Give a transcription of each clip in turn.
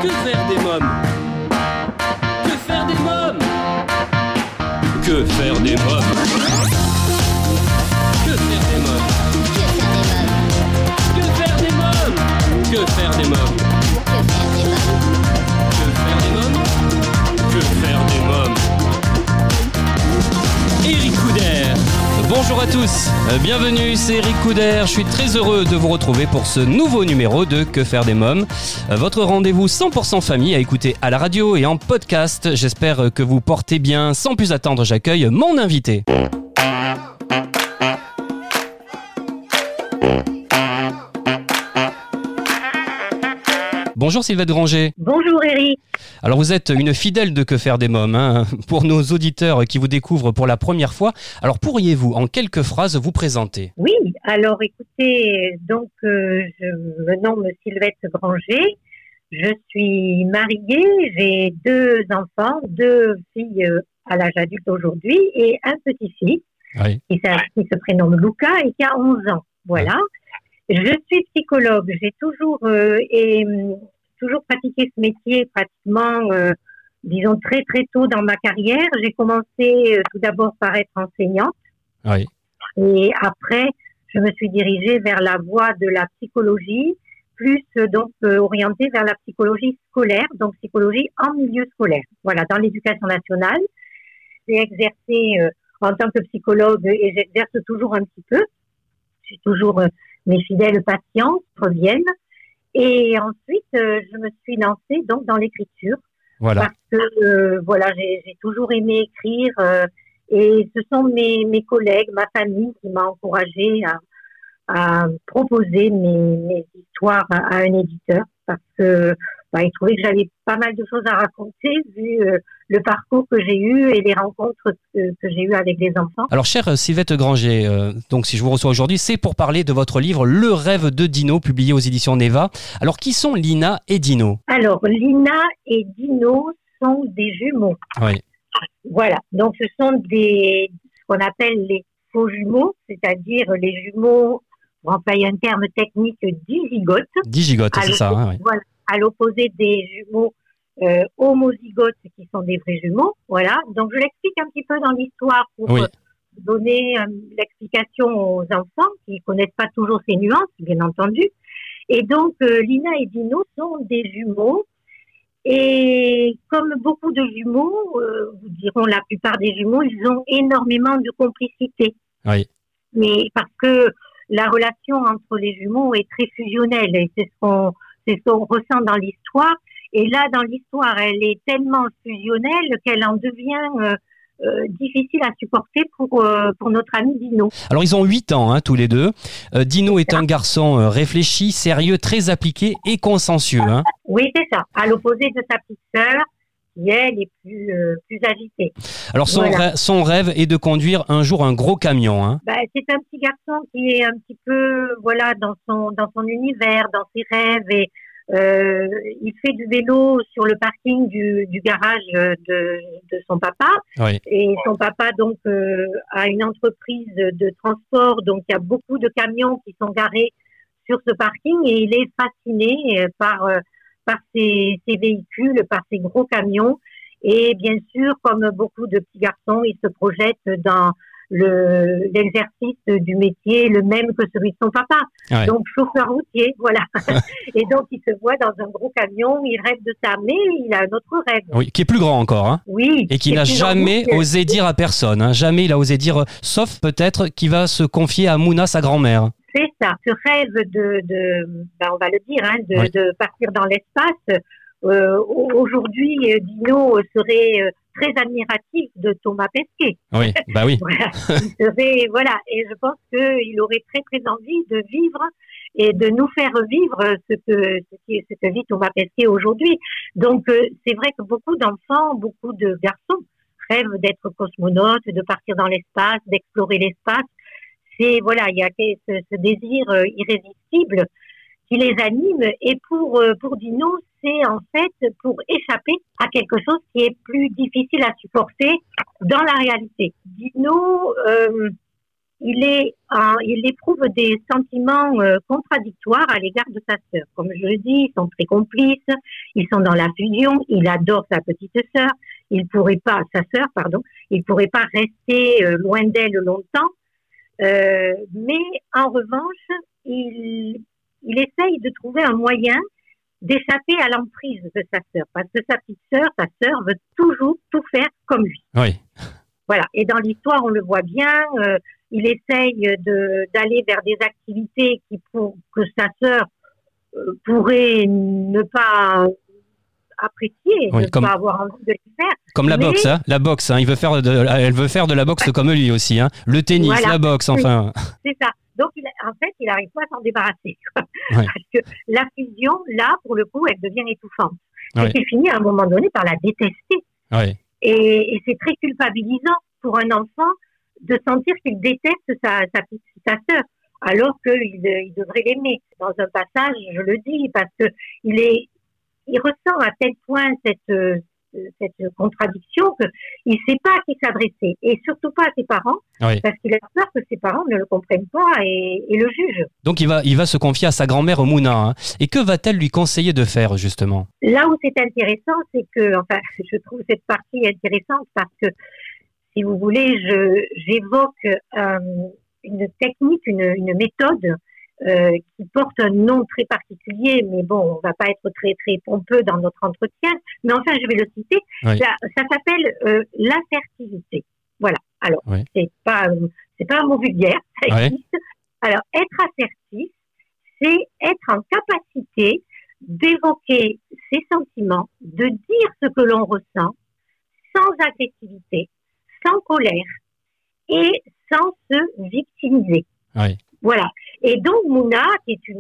Que faire des mômes? Que faire des mômes? Que faire des mômes? Que faire des mômes? Que faire des mômes? Que faire des mômes? Que faire des mômes? Que faire des mômes? Éric Couder. Bonjour à tous, bienvenue, c'est Éric Couder. Je suis très heureux de vous retrouver pour ce nouveau numéro de Que faire des mômes, votre rendez-vous 100% famille à écouter à la radio et en podcast. J'espère que vous portez bien. Sans plus attendre, j'accueille mon invité. Bonjour Sylvette Granger. Bonjour Éric. Alors vous êtes une fidèle de Que faire des mômes, hein, pour nos auditeurs qui vous découvrent pour la première fois. Alors pourriez-vous en quelques phrases vous présenter? Oui, alors écoutez, donc je me nomme Sylvette Granger. Je suis mariée, j'ai 2 enfants, 2 filles à l'âge adulte aujourd'hui et un petit-fils qui se prénomme Luca et qui a 11 ans. Voilà. Je suis psychologue. J'ai toujours pratiqué ce métier pratiquement, disons, très très tôt dans ma carrière. J'ai commencé tout d'abord par être enseignante. Oui. Et après, je me suis dirigée vers la voie de la psychologie, plus orientée vers la psychologie scolaire, donc psychologie en milieu scolaire. Voilà, dans l'éducation nationale. J'ai exercé en tant que psychologue et j'exerce toujours un petit peu. J'ai toujours mes fidèles patients reviennent. Et ensuite, je me suis lancée donc dans l'écriture. Voilà. Parce que j'ai toujours aimé écrire et ce sont mes collègues, ma famille qui m'a encouragée à proposer mes histoires à un éditeur parce que ils trouvaient que j'avais pas mal de choses à raconter vu le parcours que j'ai eu et les rencontres que j'ai eues avec les enfants. Alors chère Sylvette Granger, donc si je vous reçois aujourd'hui, c'est pour parler de votre livre Le rêve de Dino, publié aux éditions Neva. Alors qui sont Lina et Dino? Alors Lina et Dino sont des jumeaux. Oui. Voilà, donc ce sont ce qu'on appelle les faux jumeaux, c'est-à-dire les jumeaux, pour employer un terme technique, dizygotes. Dizygotes, c'est ça. Hein, oui. Voilà, à l'opposé des jumeaux homozygotes qui sont des vrais jumeaux. Voilà, donc je l'explique un petit peu dans l'histoire pour donner l'explication aux enfants qui connaissent pas toujours ces nuances, bien entendu. Et donc Lina et Dino sont des jumeaux. Et comme beaucoup de jumeaux, vous diront la plupart des jumeaux, ils ont énormément de complicité. Oui. Mais parce que la relation entre les jumeaux est très fusionnelle et c'est ce qu'on ressent dans l'histoire. Et là, dans l'histoire, elle est tellement fusionnelle qu'elle en devient difficile à supporter pour notre ami Dino. Alors, ils ont 8 ans, tous les deux. Dino est un garçon réfléchi, sérieux, très appliqué et consciencieux. Hein. Oui, c'est ça. À l'opposé de sa petite sœur, qui, elle, est plus agitée. Alors, son rêve est de conduire un jour un gros camion. Hein. C'est un petit garçon qui est un petit peu dans son univers, dans ses rêves. Et il fait du vélo sur le parking du garage de son papa. Oui. Et son papa, donc, a une entreprise de transport. Donc, il y a beaucoup de camions qui sont garés sur ce parking. Et il est fasciné par ces véhicules, par ces gros camions. Et bien sûr, comme beaucoup de petits garçons, il se projette dans l'exercice du métier, le même que celui de son papa. Ouais. Donc, chauffeur routier, voilà. Et donc, il se voit dans un gros camion, il rêve de ça, mais il a un autre rêve. Oui, qui est plus grand encore. Hein. Oui. Et qui n'a jamais osé dire à personne. Hein. Jamais il a osé dire, sauf peut-être qu'il va se confier à Mouna, sa grand-mère. C'est ça. Ce rêve on va le dire, de partir dans l'espace. Aujourd'hui, Dino serait très admiratif de Thomas Pesquet. Oui, bah oui. Voilà. Il serait, et je pense qu'il aurait très très envie de vivre et de nous faire vivre ce que vit Thomas Pesquet aujourd'hui. Donc c'est vrai que beaucoup d'enfants, beaucoup de garçons rêvent d'être cosmonautes, de partir dans l'espace, d'explorer l'espace. Il y a ce désir irrésistible qui les anime. Et pour Dino, c'est en fait pour échapper à quelque chose qui est plus difficile à supporter dans la réalité. Dino, il éprouve des sentiments contradictoires à l'égard de sa sœur. Comme je le dis, ils sont très complices, ils sont dans la fusion, il adore sa petite sœur, il pourrait pas rester loin d'elle longtemps, mais en revanche, il essaye de trouver un moyen d'échapper à l'emprise de sa sœur, parce que sa sœur veut toujours tout faire comme lui. Oui. Voilà. Et dans l'histoire, on le voit bien. Il essaye d'aller vers des activités que sa sœur pourrait ne pas apprécier, pas avoir envie de les faire. Comme la boxe, hein. La boxe, hein. Elle veut faire de la boxe comme lui aussi, hein. Le tennis, voilà. La boxe, enfin. C'est ça. Donc, il n'arrive pas à s'en débarrasser. Ouais. Parce que la fusion, là, pour le coup, elle devient étouffante. Ouais. Et il finit à un moment donné par la détester. Ouais. Et c'est très culpabilisant pour un enfant de sentir qu'il déteste sa sœur, alors qu'il devrait l'aimer. Dans un passage, je le dis, parce que il ressent à tel point cette contradiction qu'il ne sait pas à qui s'adresser, et surtout pas à ses parents, oui. Parce qu'il a peur que ses parents ne le comprennent pas et le jugent. Donc il va se confier à sa grand-mère Mouna, hein. Et que va-t-elle lui conseiller de faire, justement? Là où c'est intéressant, c'est que, je trouve cette partie intéressante parce que, si vous voulez, j'évoque une technique, une méthode qui porte un nom très particulier, mais bon, on va pas être très très pompeux dans notre entretien, mais enfin je vais le citer. Oui. Ça s'appelle l'assertivité. Voilà. Alors oui. c'est pas un mot vulgaire, ça existe. Oui. Alors être assertif, c'est être en capacité d'évoquer ses sentiments, de dire ce que l'on ressent, sans agressivité, sans colère et sans se victimiser. Oui. Voilà. Et donc, Mouna, qui est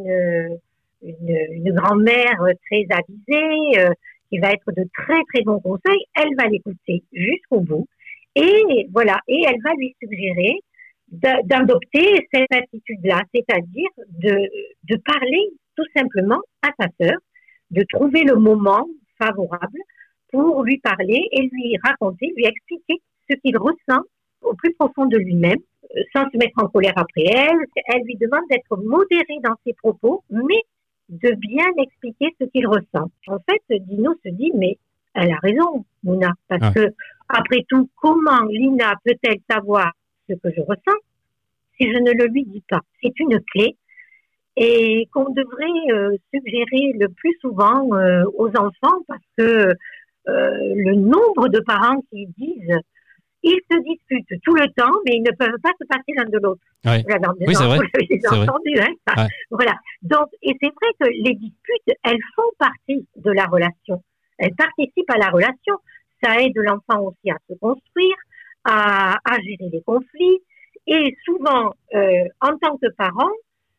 une grand-mère très avisée, qui va être de très, très bons conseils, elle va l'écouter jusqu'au bout. Et voilà. Et elle va lui suggérer d'adopter cette attitude-là, c'est-à-dire de parler tout simplement à sa sœur, de trouver le moment favorable pour lui parler et lui raconter, lui expliquer ce qu'il ressent au plus profond de lui-même, sans se mettre en colère après elle. Elle lui demande d'être modéré dans ses propos, mais de bien expliquer ce qu'il ressent. En fait, Dino se dit, mais elle a raison, Mouna, parce que, après tout, comment Lina peut-elle savoir ce que je ressens si je ne le lui dis pas? C'est une clé et qu'on devrait suggérer le plus souvent aux enfants, parce que le nombre de parents qui disent ils se disputent tout le temps, mais ils ne peuvent pas se passer l'un de l'autre. Oui, oui c'est vrai. J'ai entendu, hein, ça. Ouais. Voilà. Donc, et c'est vrai que les disputes, elles font partie de la relation. Elles participent à la relation. Ça aide l'enfant aussi à se construire, à gérer les conflits. Et souvent, en tant que parent,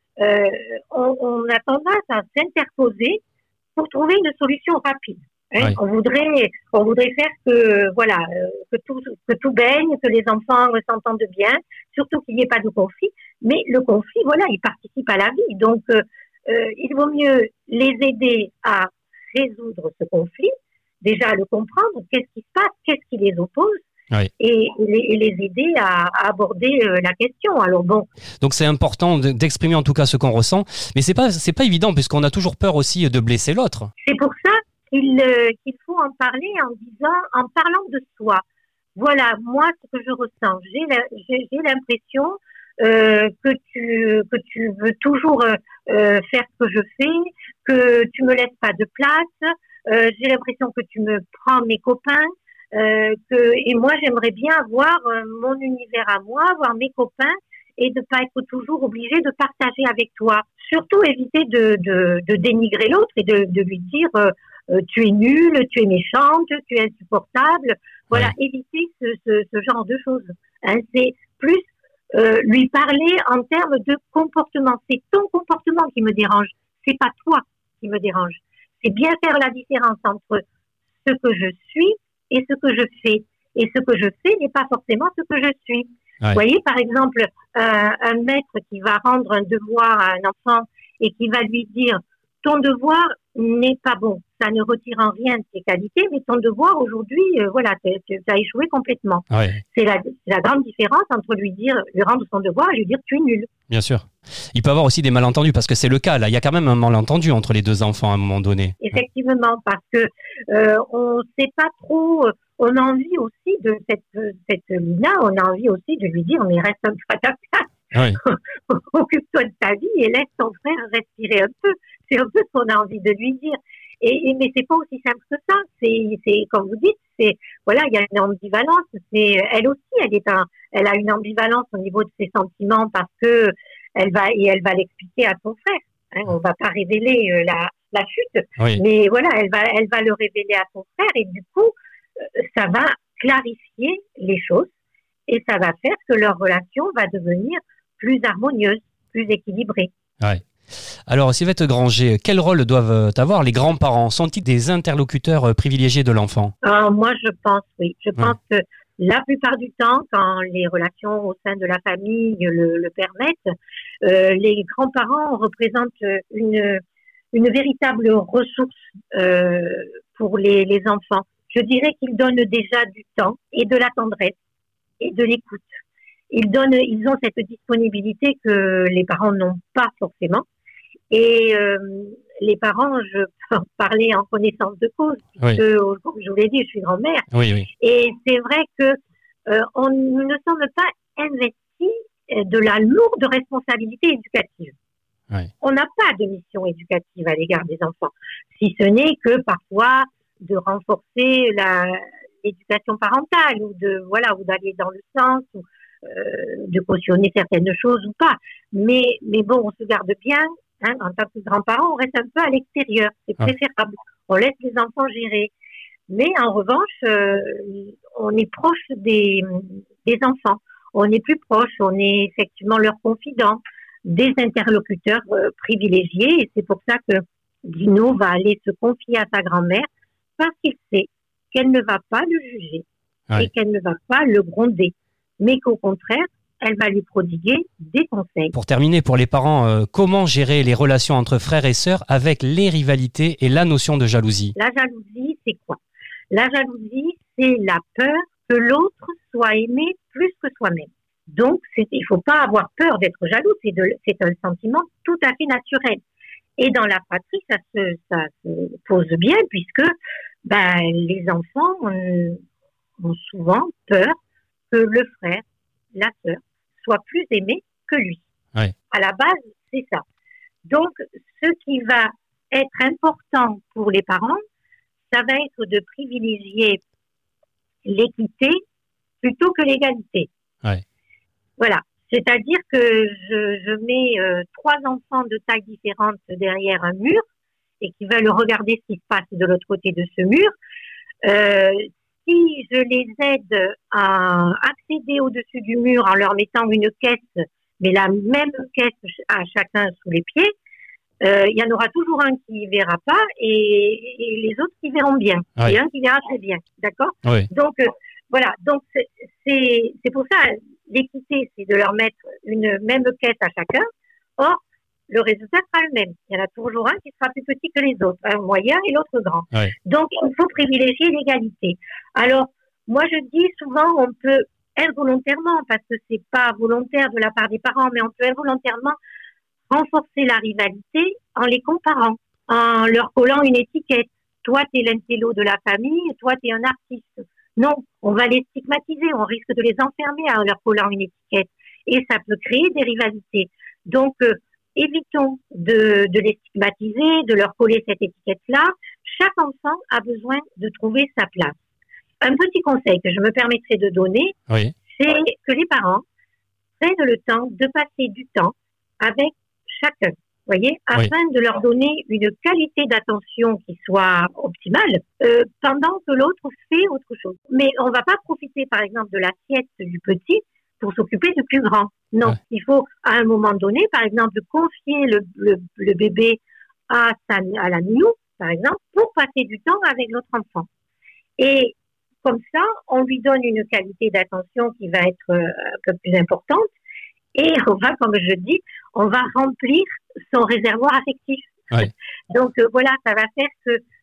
on a tendance à s'interposer pour trouver une solution rapide. Hein, oui. On voudrait faire que tout baigne, que les enfants s'entendent bien, surtout qu'il n'y ait pas de conflit. Mais le conflit, voilà, il participe à la vie. Donc, il vaut mieux les aider à résoudre ce conflit, déjà à le comprendre, qu'est-ce qui se passe, qu'est-ce qui les oppose, oui. et les aider à aborder la question. Alors bon. Donc c'est important d'exprimer en tout cas ce qu'on ressent, mais c'est pas évident puisqu'on a toujours peur aussi de blesser l'autre. C'est pour ça qu'il faut en parler en parlant de soi. Voilà, moi, ce que je ressens. J'ai l'impression que tu veux toujours faire ce que je fais, que tu me laisses pas de place. J'ai l'impression que tu me prends mes copains. Et moi, j'aimerais bien avoir mon univers à moi, avoir mes copains et de pas être toujours obligée de partager avec toi. Surtout éviter de dénigrer l'autre et de lui dire tu es nulle, tu es méchante, tu es insupportable. Voilà, ouais. Éviter ce genre de choses. Hein, c'est plus lui parler en termes de comportement. C'est ton comportement qui me dérange, c'est pas toi qui me dérange. C'est bien faire la différence entre ce que je suis et ce que je fais. Et ce que je fais n'est pas forcément ce que je suis. Ouais. Vous voyez, par exemple, un maître qui va rendre un devoir à un enfant et qui va lui dire « ton devoir n'est pas bon ». ça ne retire en rien de tes qualités, mais ton devoir aujourd'hui, tu as échoué complètement. Ouais. C'est la grande différence entre lui rendre son devoir et lui dire tu es nul. Bien sûr. Il peut y avoir aussi des malentendus, parce que c'est le cas, là. Il y a quand même un malentendu entre les deux enfants à un moment donné. Effectivement, parce que on ne sait pas trop. On a envie aussi de cette Lina, on a envie aussi de lui dire mais reste un peu à ta place. Oui. Occupe-toi de ta vie et laisse ton frère respirer un peu. C'est un peu ce qu'on a envie de lui dire. Mais c'est pas aussi simple que ça. C'est comme vous dites, il y a une ambivalence. Elle aussi, elle a une ambivalence au niveau de ses sentiments parce que elle va l'expliquer à son frère. Hein, on va pas révéler la chute, Oui. mais voilà, elle va le révéler à son frère et du coup, ça va clarifier les choses et ça va faire que leur relation va devenir plus harmonieuse, plus équilibrée. Ouais. Alors, Sylvette Granger, quel rôle doivent avoir les grands-parents ? Sont-ils des interlocuteurs privilégiés de l'enfant ? Moi, je pense, oui. Je pense que la plupart du temps, quand les relations au sein de la famille le permettent, les grands-parents représentent une véritable ressource pour les enfants. Je dirais qu'ils donnent déjà du temps et de la tendresse et de l'écoute. Ils ont cette disponibilité que les parents n'ont pas forcément. Et les parents, je peux en parler en connaissance de cause, puisque, comme je vous l'ai dit, je suis grand-mère. Oui. Et c'est vrai que nous ne sommes pas investis de la lourde responsabilité éducative. Oui. On n'a pas de mission éducative à l'égard des enfants, si ce n'est que parfois de renforcer l'éducation parentale ou d'aller dans le sens de cautionner certaines choses ou pas. Mais bon, on se garde bien. Hein, en tant que grands-parents, on reste un peu à l'extérieur. C'est préférable. On laisse les enfants gérer. Mais en revanche, on est proche des enfants. On est plus proche. On est effectivement leurs confidents, des interlocuteurs privilégiés. Et c'est pour ça que Dino va aller se confier à sa grand-mère parce qu'il sait qu'elle ne va pas le juger et qu'elle ne va pas le gronder. Mais qu'au contraire, elle va lui prodiguer des conseils. Pour terminer, pour les parents, comment gérer les relations entre frères et sœurs avec les rivalités et la notion de jalousie ? La jalousie, c'est quoi ? La jalousie, c'est la peur que l'autre soit aimé plus que soi-même. Donc, il ne faut pas avoir peur d'être jaloux, c'est un sentiment tout à fait naturel. Et dans la fratrie, ça se pose bien puisque les enfants ont souvent peur que le frère, la sœur, soit plus aimé que lui. Oui. À la base, c'est ça. Donc, ce qui va être important pour les parents, ça va être de privilégier l'équité plutôt que l'égalité. Oui. Voilà. C'est-à-dire que je mets 3 enfants de tailles différentes derrière un mur et qui veulent regarder ce qui se passe de l'autre côté de ce mur. Si je les aide à accéder au-dessus du mur en leur mettant une caisse, mais la même caisse à chacun sous les pieds, il y en aura toujours un qui verra pas et les autres qui verront bien. Oui. Et un qui verra très bien. D'accord ? Oui. Donc, voilà. Donc, c'est pour ça, l'équité, c'est de leur mettre une même caisse à chacun. Or, le résultat sera le même. Il y en a toujours un qui sera plus petit que les autres, un moyen et l'autre grand. Oui. Donc, il faut privilégier l'égalité. Alors, moi, je dis souvent, on peut involontairement, parce que c'est pas volontaire de la part des parents, mais on peut involontairement renforcer la rivalité en les comparant, en leur collant une étiquette. Toi, t'es l'intello de la famille, toi, t'es un artiste. Non, on va les stigmatiser, on risque de les enfermer en leur collant une étiquette. Et ça peut créer des rivalités. Donc, évitons de les stigmatiser, de leur coller cette étiquette-là. Chaque enfant a besoin de trouver sa place. Un petit conseil que je me permettrai de donner, c'est que les parents prennent le temps de passer du temps avec chacun, voyez, afin de leur donner une qualité d'attention qui soit optimale, pendant que l'autre fait autre chose. Mais on ne va pas profiter, par exemple, de l'assiette du petit pour s'occuper du plus grand. Non, il faut, à un moment donné, par exemple, confier le bébé à la nounou, par exemple, pour passer du temps avec l'autre enfant. Et comme ça, on lui donne une qualité d'attention qui va être un peu plus importante. Et on va, comme je dis, on va remplir son réservoir affectif. Oui. Donc voilà, ça va faire que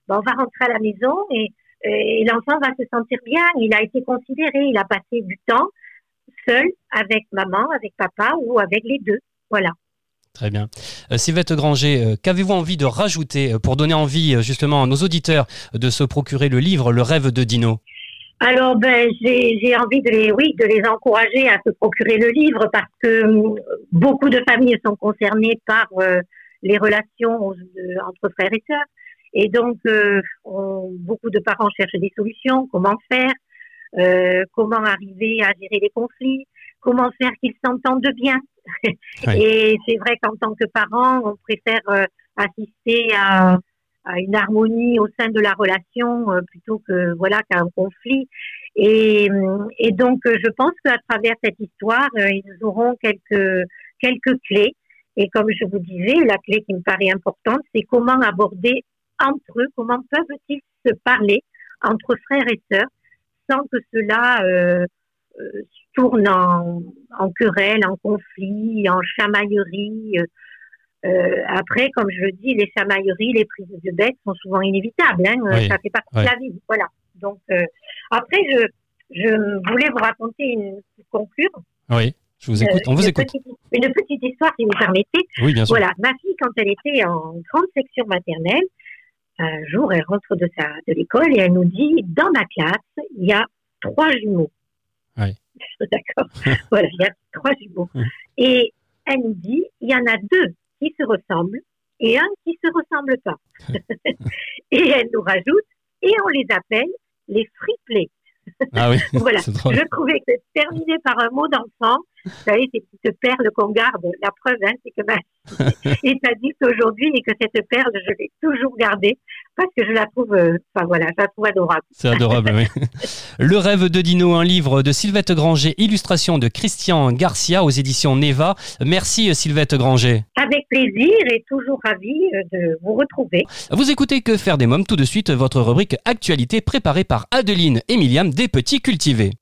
on va rentrer à la maison et l'enfant va se sentir bien. Il a été considéré, il a passé du temps seul avec maman, avec papa ou avec les deux. Voilà. Très bien. Sylvette Granger, qu'avez-vous envie de rajouter pour donner envie justement à nos auditeurs de se procurer le livre Le rêve de Dino ? Alors, j'ai envie de les encourager à se procurer le livre parce que beaucoup de familles sont concernées par les relations entre frères et sœurs. Et donc, beaucoup de parents cherchent des solutions, comment faire, comment arriver à gérer les conflits, comment faire qu'ils s'entendent bien. Oui. Et c'est vrai qu'en tant que parents, on préfère assister à une harmonie au sein de la relation plutôt que qu'à un conflit. Et donc, je pense qu'à travers cette histoire, ils auront quelques clés. Et comme je vous disais, la clé qui me paraît importante, c'est comment aborder entre eux, comment peuvent-ils se parler entre frères et sœurs sans que cela tourne en querelle, en conflit, en chamaillerie. Après, comme je le dis, les chamailleries, les prises de bec sont souvent inévitables. Oui. Ça fait partie de la vie. Voilà. Donc, après, je voulais vous raconter conclure. Oui, je vous écoute. On vous écoute. Une petite histoire, si vous permettez. Oui, bien sûr. Voilà, ma fille, quand elle était en grande section maternelle, un jour, elle rentre de l'école et elle nous dit, dans ma classe, il y a 3 jumeaux. Oui. D'accord. Voilà, il y a 3 jumeaux. Et elle nous dit, il y en a 2 qui se ressemblent et un qui se ressemble pas. Et elle nous rajoute, et on les appelle les friplés. Ah oui. Voilà. Je trouvais que c'est terminé par un mot d'enfant. Vous savez, ces petites perles qu'on garde. La preuve, c'est que ma fille est adulte aujourd'hui et que cette perle, je l'ai toujours gardée parce que je la trouve, je la trouve adorable. C'est adorable, oui. Le rêve de Dino, un livre de Sylvette Granger, illustration de Christian Garcia aux éditions Neva. Merci Sylvette Granger. Avec plaisir et toujours ravie de vous retrouver. Vous écoutez Que faire des mômes, tout de suite votre rubrique Actualité préparée par Adeline et Myliam des Petits Cultivés.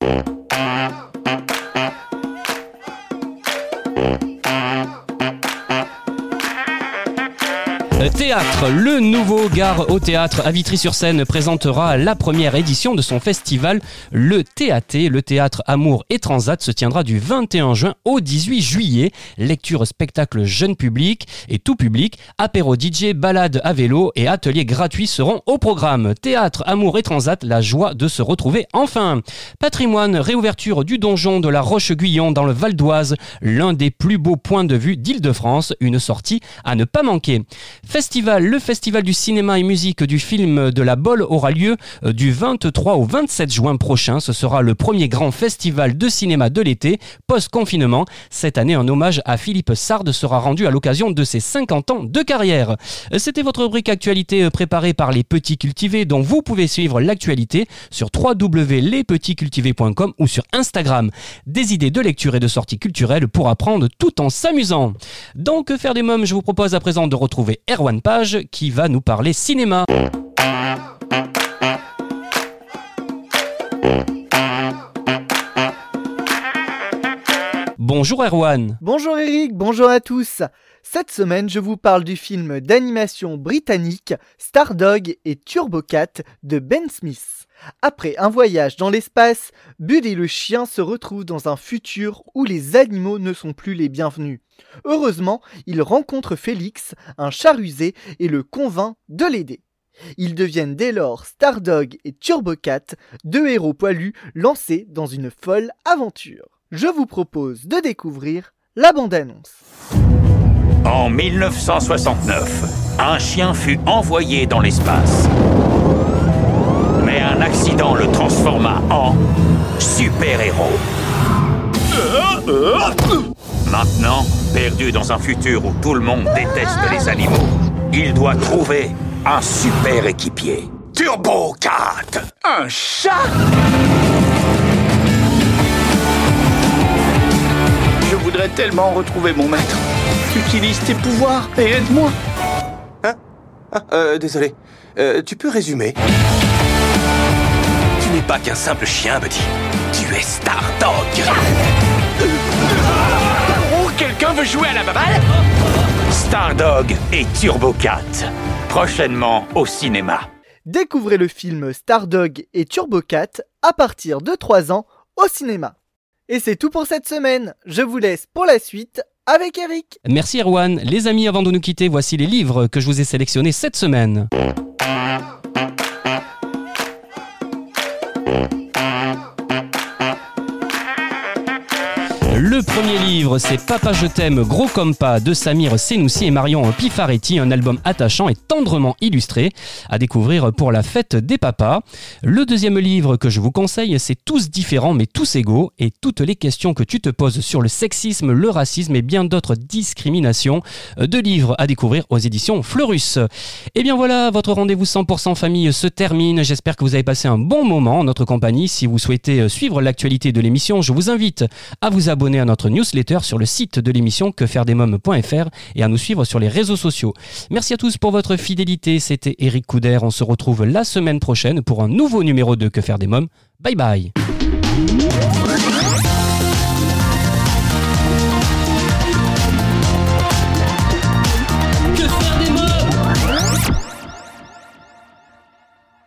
Théâtre, le nouveau Gare au Théâtre à Vitry-sur-Seine présentera la première édition de son festival, le TAT, le Théâtre Amour et Transat, se tiendra du 21 juin au 18 juillet. Lecture, spectacle jeune public et tout public, apéro DJ, balade à vélo et ateliers gratuits seront au programme. Théâtre Amour et Transat, la joie de se retrouver enfin. Patrimoine, réouverture du donjon de la Roche-Guyon dans le Val d'Oise, l'un des plus beaux points de vue d'Île-de-France, une sortie à ne pas manquer. Le festival du cinéma et musique du film de la Bolle aura lieu du 23 au 27 juin prochain. Ce sera le premier grand festival de cinéma de l'été, post-confinement. Cette année, un hommage à Philippe Sard sera rendu à l'occasion de ses 50 ans de carrière. C'était votre rubrique Actualité préparée par Les Petits Cultivés, dont vous pouvez suivre l'actualité sur www.lespetitscultivés.com ou sur Instagram. Des idées de lecture et de sorties culturelles pour apprendre tout en s'amusant. Dans Que faire des mômes, je vous propose à présent de retrouver Erwan Page qui va nous parler cinéma. Bonjour Erwan. Bonjour Eric, bonjour à tous. Cette semaine, je vous parle du film d'animation britannique Stardog et Turbocat de Ben Smith. Après un voyage dans l'espace, Bud et le chien se retrouvent dans un futur où les animaux ne sont plus les bienvenus. Heureusement, ils rencontrent Félix, un chat rusé, et le convainc de l'aider. Ils deviennent dès lors Stardog et Turbocat, 2 héros poilus lancés dans une folle aventure. Je vous propose de découvrir la bande-annonce. En 1969, un chien fut envoyé dans l'espace. Mais un accident le transforma en super-héros. Maintenant, perdu dans un futur où tout le monde déteste les animaux, il doit trouver un super équipier. Turbocat! Un chat! Je voudrais tellement retrouver mon maître. Utilise tes pouvoirs et aide-moi. Désolé. Tu peux résumer? Tu n'es pas qu'un simple chien, Buddy. Tu es Stardog. Oh, quelqu'un veut jouer à la baballe? Stardog et Turbocat. Prochainement au cinéma. Découvrez le film Stardog et Turbo Cat à partir de 3 ans au cinéma. Et c'est tout pour cette semaine. Je vous laisse pour la suite avec Eric. Merci Erwan. Les amis, avant de nous quitter, voici les livres que je vous ai sélectionnés cette semaine. Le premier livre, c'est Papa je t'aime, gros comme pas de Samir Senoussi et Marion Pifaretti, un album attachant et tendrement illustré à découvrir pour la fête des papas. Le deuxième livre que je vous conseille, c'est Tous différents mais tous égaux et toutes les questions que tu te poses sur le sexisme, le racisme et bien d'autres discriminations. Deux livres à découvrir aux éditions Fleurus. Et bien voilà, votre rendez-vous 100% famille se termine. J'espère que vous avez passé un bon moment en notre compagnie. Si vous souhaitez suivre l'actualité de l'émission, je vous invite à vous abonner à notre newsletter sur le site de l'émission quefairedesmoms.fr et à nous suivre sur les réseaux sociaux. Merci à tous pour votre fidélité. C'était Eric Couder. On se retrouve la semaine prochaine pour un nouveau numéro de Que faire des mômes. Bye bye.